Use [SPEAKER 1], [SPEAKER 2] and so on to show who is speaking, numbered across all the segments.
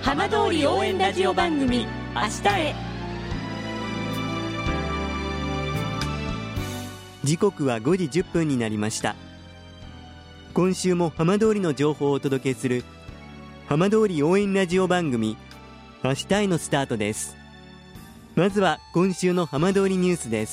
[SPEAKER 1] 浜通り応援ラジオ番組明日へ。
[SPEAKER 2] 時刻は5時10分になりました。今週も浜通りの情報をお届けする浜通り応援ラジオ番組明日へのスタートです。まずは今週の浜通りニュースです。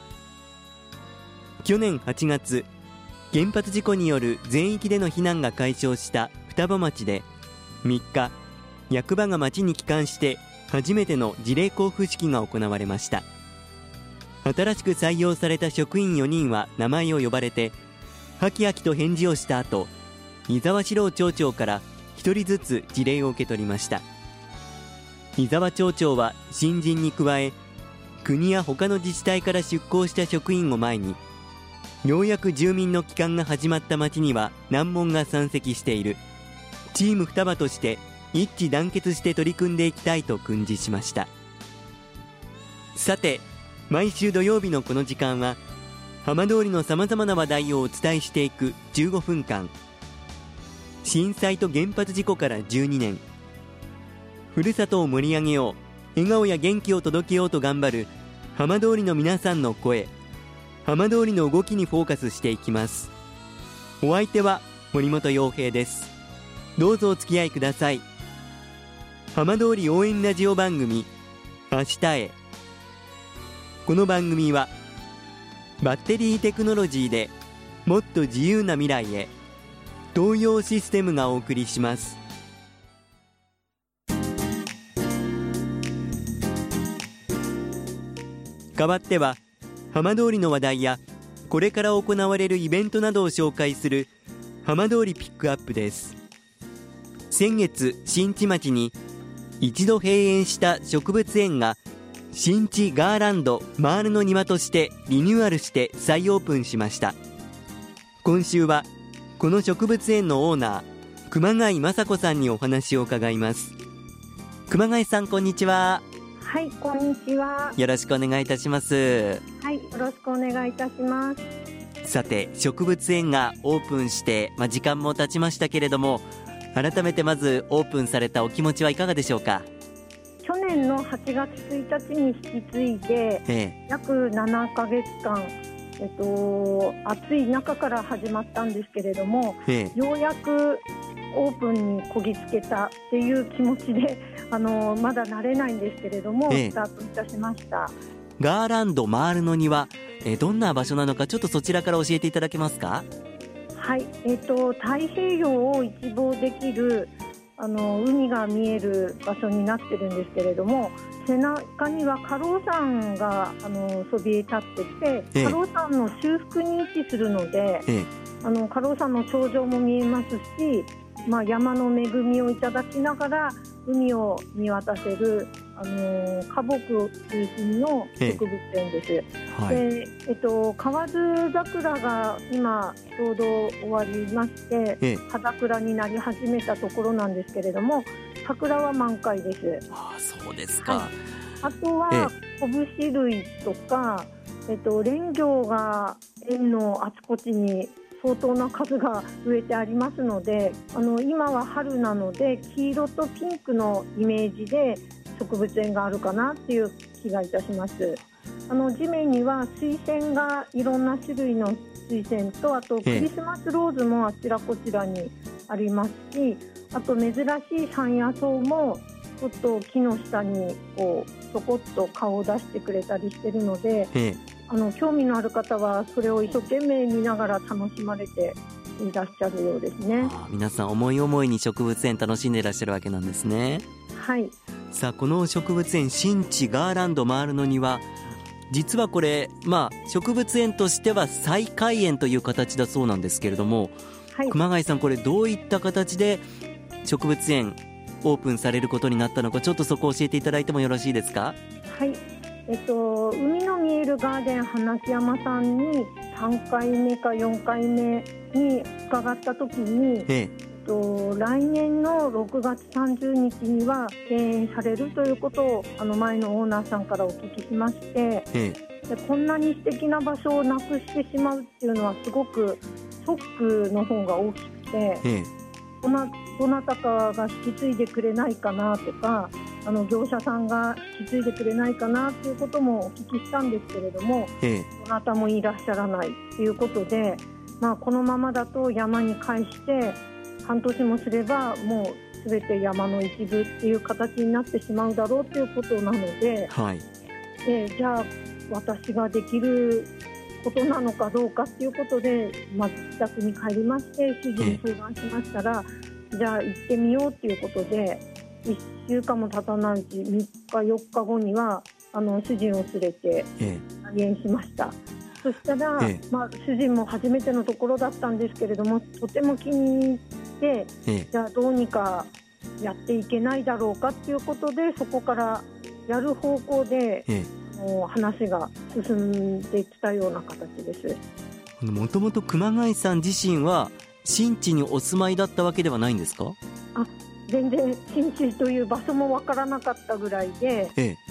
[SPEAKER 2] 去年8月、原発事故による全域での避難が解消した双葉町で3日、役場が町に帰還して初めての辞令交付式が行われました。新しく採用された職員4人は名前を呼ばれて、はきはきと返事をした後、伊沢史郎町長から1人ずつ辞令を受け取りました。伊沢町長は新人に加え、国や他の自治体から出向した職員を前に、ようやく住民の帰還が始まった町には難問が山積している。チーム双葉として一致団結して取り組んでいきたいと訓示しました。さて、毎週土曜日のこの時間は浜通りのさまざまな話題をお伝えしていく15分間。震災と原発事故から12年、ふるさとを盛り上げよう、笑顔や元気を届けようと頑張る浜通りの皆さんの声、浜通りの動きにフォーカスしていきます。お相手は森本洋平です。どうぞお付き合いください。浜通り応援ラジオ番組明日へ。この番組はバッテリーテクノロジーでもっと自由な未来へ、東洋システムがお送りします。代わっては浜通りの話題やこれから行われるイベントなどを紹介する浜通りピックアップです。先月、新地町に一度閉園した植物園が新地ガーランドマールの庭としてリニューアルして再オープンしました。今週はこの植物園のオーナー熊谷雅子さんにお話を伺います。熊谷さん、こんにちは。
[SPEAKER 3] はい、こんにちは。
[SPEAKER 2] よろしくお願いいたします。
[SPEAKER 3] はい、よろしくお願いいたします。
[SPEAKER 2] さて、植物園がオープンして、時間も経ちましたけれども、改めてまずオープンされたお気持ちはいかがでしょうか。
[SPEAKER 3] 去年の8月1日に引き継いで、約7ヶ月間、暑い中から始まったんですけれども、ようやくオープンにこぎつけたっていう気持ちで、まだ慣れないんですけれども、スタートいたしました。
[SPEAKER 2] ガーランドマールの庭、どんな場所なのか、ちょっとそちらから教えていただけますか。
[SPEAKER 3] はい、太平洋を一望できる海が見える場所になってるんですけれども、背中には下老山がそびえ立ってて、下老山の修復に位置するので、下老山の頂上も見えますし、山の恵みをいただきながら海を見渡せる花木を中心の植物園です。で、河津桜が今ちょうど終わりまして、葉桜になり始めたところなんですけれども、桜は満開です。
[SPEAKER 2] そうですか。
[SPEAKER 3] あとはコブシ類とか、レンギョウが園のあちこちに相当な数が植えてありますので、今は春なので黄色とピンクのイメージで植物園があるかなっていう気がいたします。地面には水仙がいろんな種類の水仙と、あとクリスマスローズもあちらこちらにありますし、あと珍しい山野草もちょっと木の下にこうちょこっと顔を出してくれたりしてるので、興味のある方はそれを一生懸命見ながら楽しまれていらっしゃるようですね。
[SPEAKER 2] 皆さん思い思いに植物園楽しんでいらっしゃるわけなんですね。
[SPEAKER 3] はい。
[SPEAKER 2] さあ、この植物園新地ガーランドマールの庭、実はこれ、植物園としては再開園という形だそうなんですけれども、熊谷さん、これどういった形で植物園オープンされることになったのか、ちょっとそこを教えていただいてもよろしいですか。
[SPEAKER 3] はい、海の見えるガーデン花木山さんに3回目か4回目に伺った時に、来年の6月30日には閉園されるということを前のオーナーさんからお聞きしまして、でこんなに素敵な場所をなくしてしまうっていうのはすごくショックの方が大きくて、こんなどなたかが引き継いでくれないかなとか、業者さんが引き継いでくれないかなということもお聞きしたんですけれども、どなたもいらっしゃらないということで、このままだと山に返して半年もすればもう全て山の一部っていう形になってしまうだろうということなので、じゃあ私ができることなのかどうかっていうことで、まず自宅に帰りまして主人に相談しましたら、じゃあ行ってみようということで、1週間も経たないうち3日4日後には主人を連れて来園しました。そしたら、主人も初めてのところだったんですけれども、とても気に入って、じゃあどうにかやっていけないだろうかということで、そこからやる方向で、話が進んできたような形です。
[SPEAKER 2] もともと熊谷さん自身は新地にお住まいだったわけではないんですか？
[SPEAKER 3] 全然新地という場所もわからなかったぐらいで、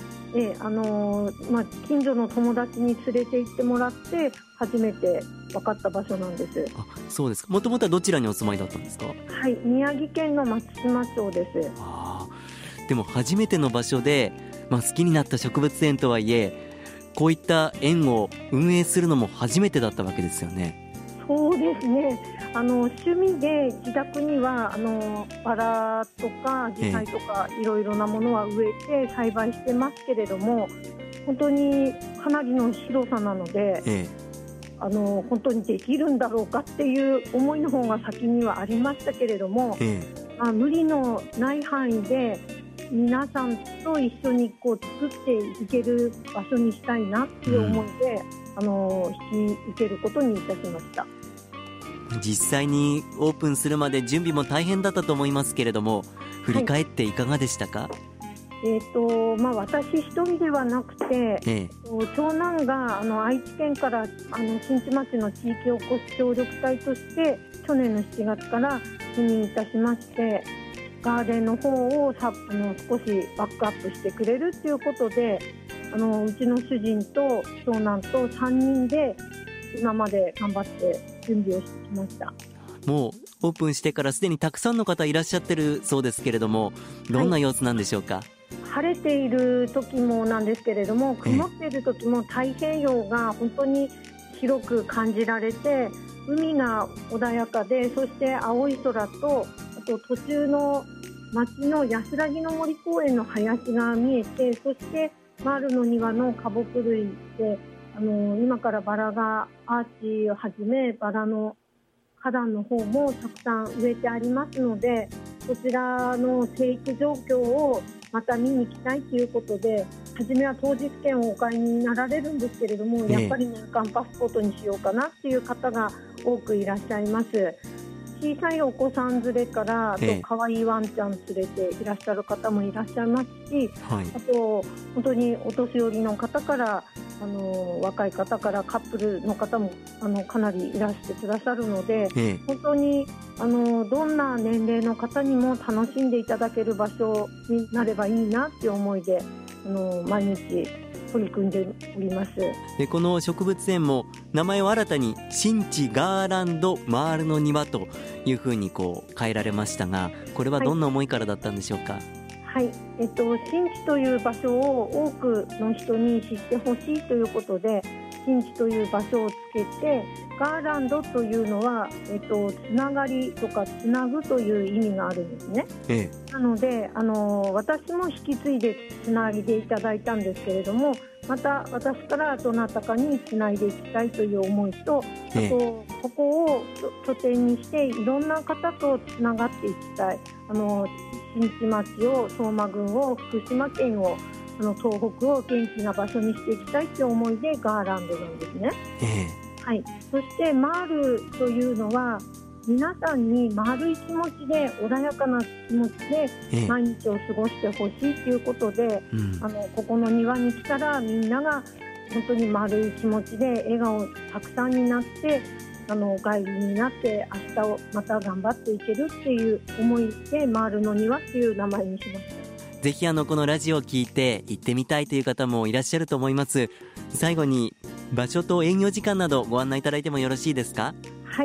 [SPEAKER 3] 近所の友達に連れて行ってもらって初めて分かった場所なんです。
[SPEAKER 2] そうですか。もともとはどちらにお住まいだったんですか？
[SPEAKER 3] はい、宮城県の松島町です。
[SPEAKER 2] でも初めての場所で、好きになった植物園とはいえ、こういった園を運営するのも初めてだったわけですよね。
[SPEAKER 3] そうですね。趣味で自宅にはバラとかジサイとかいろいろなものは植えて栽培してますけれども、本当にかなりの広さなので、本当にできるんだろうかっていう思いの方が先にはありましたけれども、無理のない範囲で皆さんと一緒に作っていける場所にしたいなっていう思いで、引き受けることにいたしました。
[SPEAKER 2] 実際にオープンするまで準備も大変だったと思いますけれども、振り返っていかがでしたか？
[SPEAKER 3] 私一人ではなくて、長男が愛知県から新地町の地域おこし協力隊として去年の7月から赴任いたしまして、ガーデンの方を少しバックアップしてくれるということで、うちの主人と長男と3人で今まで頑張って準備をしてきました。
[SPEAKER 2] もうオープンしてからすでにたくさんの方いらっしゃってるそうですけれども、どんな様子なんでしょうか？
[SPEAKER 3] 晴れている時もなんですけれども、曇っている時も太平洋が本当に広く感じられて、海が穏やかで、そして青い空と、あと途中の町の安らぎの森公園の林が見えて、そしてマールの庭の花木類で今からバラがアーチをはじめバラの花壇の方もたくさん植えてありますので、そちらの生育状況をまた見に来たいということで、初めは当日券をお買いになられるんですけれども、やっぱり年間パスポートにしようかなっていう方が多くいらっしゃいます。小さいお子さん連れから、あと可愛いワンちゃん連れていらっしゃる方もいらっしゃいますし、あと本当にお年寄りの方から若い方からカップルの方もかなりいらしてくださるので、本当にどんな年齢の方にも楽しんでいただける場所になればいいなっていう思いで毎日取り組んでおります。
[SPEAKER 2] でこの植物園も名前を新たに新地ガーランドマールの庭というふうに変えられましたが、これはどんな思いからだったんでしょうか？
[SPEAKER 3] 新地という場所を多くの人に知ってほしいということで、新地という場所をつけて、ガーランドというのは、つながりとかつなぐという意味があるんですね。なので私も引き継いでつないでいただいたんですけれども、また私からどなたかにつないでいきたいという思いと、あとここを拠点にしていろんな方とつながっていきたい、新地町を相馬郡を福島県を東北を元気な場所にしていきたいという思いでガーランドなんですね。そしてマールというのは皆さんに丸い気持ちで穏やかな気持ちで毎日を過ごしてほしいということで、ここの庭に来たらみんなが本当に丸い気持ちで笑顔たくさんになって帰りになって明日をまた頑張っていけるっていう思いでマールの庭っていう名前にしました。
[SPEAKER 2] ぜひこのラジオを聞いて行ってみたいという方もいらっしゃると思います。最後に場所と営業時間などご案内いただいてもよろしいですか？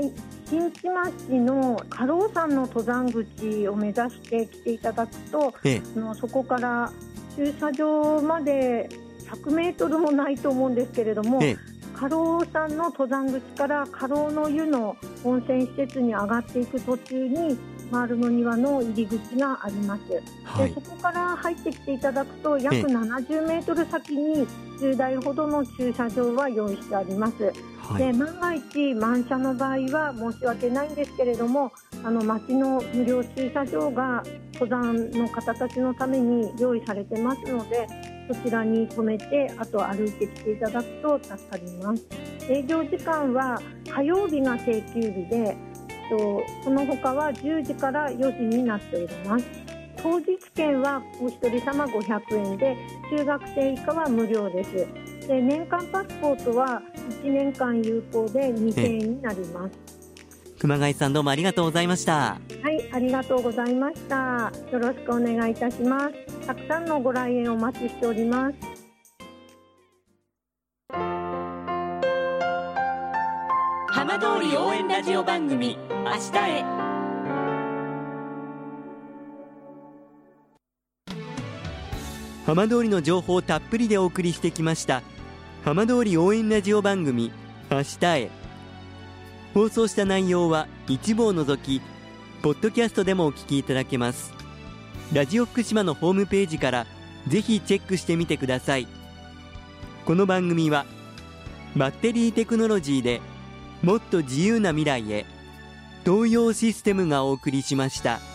[SPEAKER 3] 新地町の家老山の登山口を目指して来ていただくと、そこから駐車場まで100メートルもないと思うんですけれども、家老山の登山口から家老の湯の温泉施設に上がっていく途中にマールの庭の入り口があります。でそこから入ってきていただくと約70メートル先に10台ほどの駐車場は用意してあります。で万が一満車の場合は申し訳ないんですけれども、町の無料駐車場が登山の方たちのために用意されてますので、そちらに止めてあと歩いてきていただくと助かります。営業時間は火曜日が定休日で、その他は10時から4時になっております。当日券はお一人様500円で、中学生以下は無料です。で年間パスポートは1年間有効で2000円になります。
[SPEAKER 2] 熊谷さん、どうもありがとうございました。
[SPEAKER 3] はい、ありがとうございました。よろしくお願いいたします。たくさんのご来園お待ちしております。
[SPEAKER 1] 浜通り応援ラジオ番組、明日へ。
[SPEAKER 2] 浜通りの情報をたっぷりでお送りしてきました浜通り応援ラジオ番組、明日へ。放送した内容は一部を除きポッドキャストでもお聞きいただけます。ラジオ福島のホームページからぜひチェックしてみてください。この番組はバッテリーテクノロジーでもっと自由な未来へ、東洋システムがお送りしました。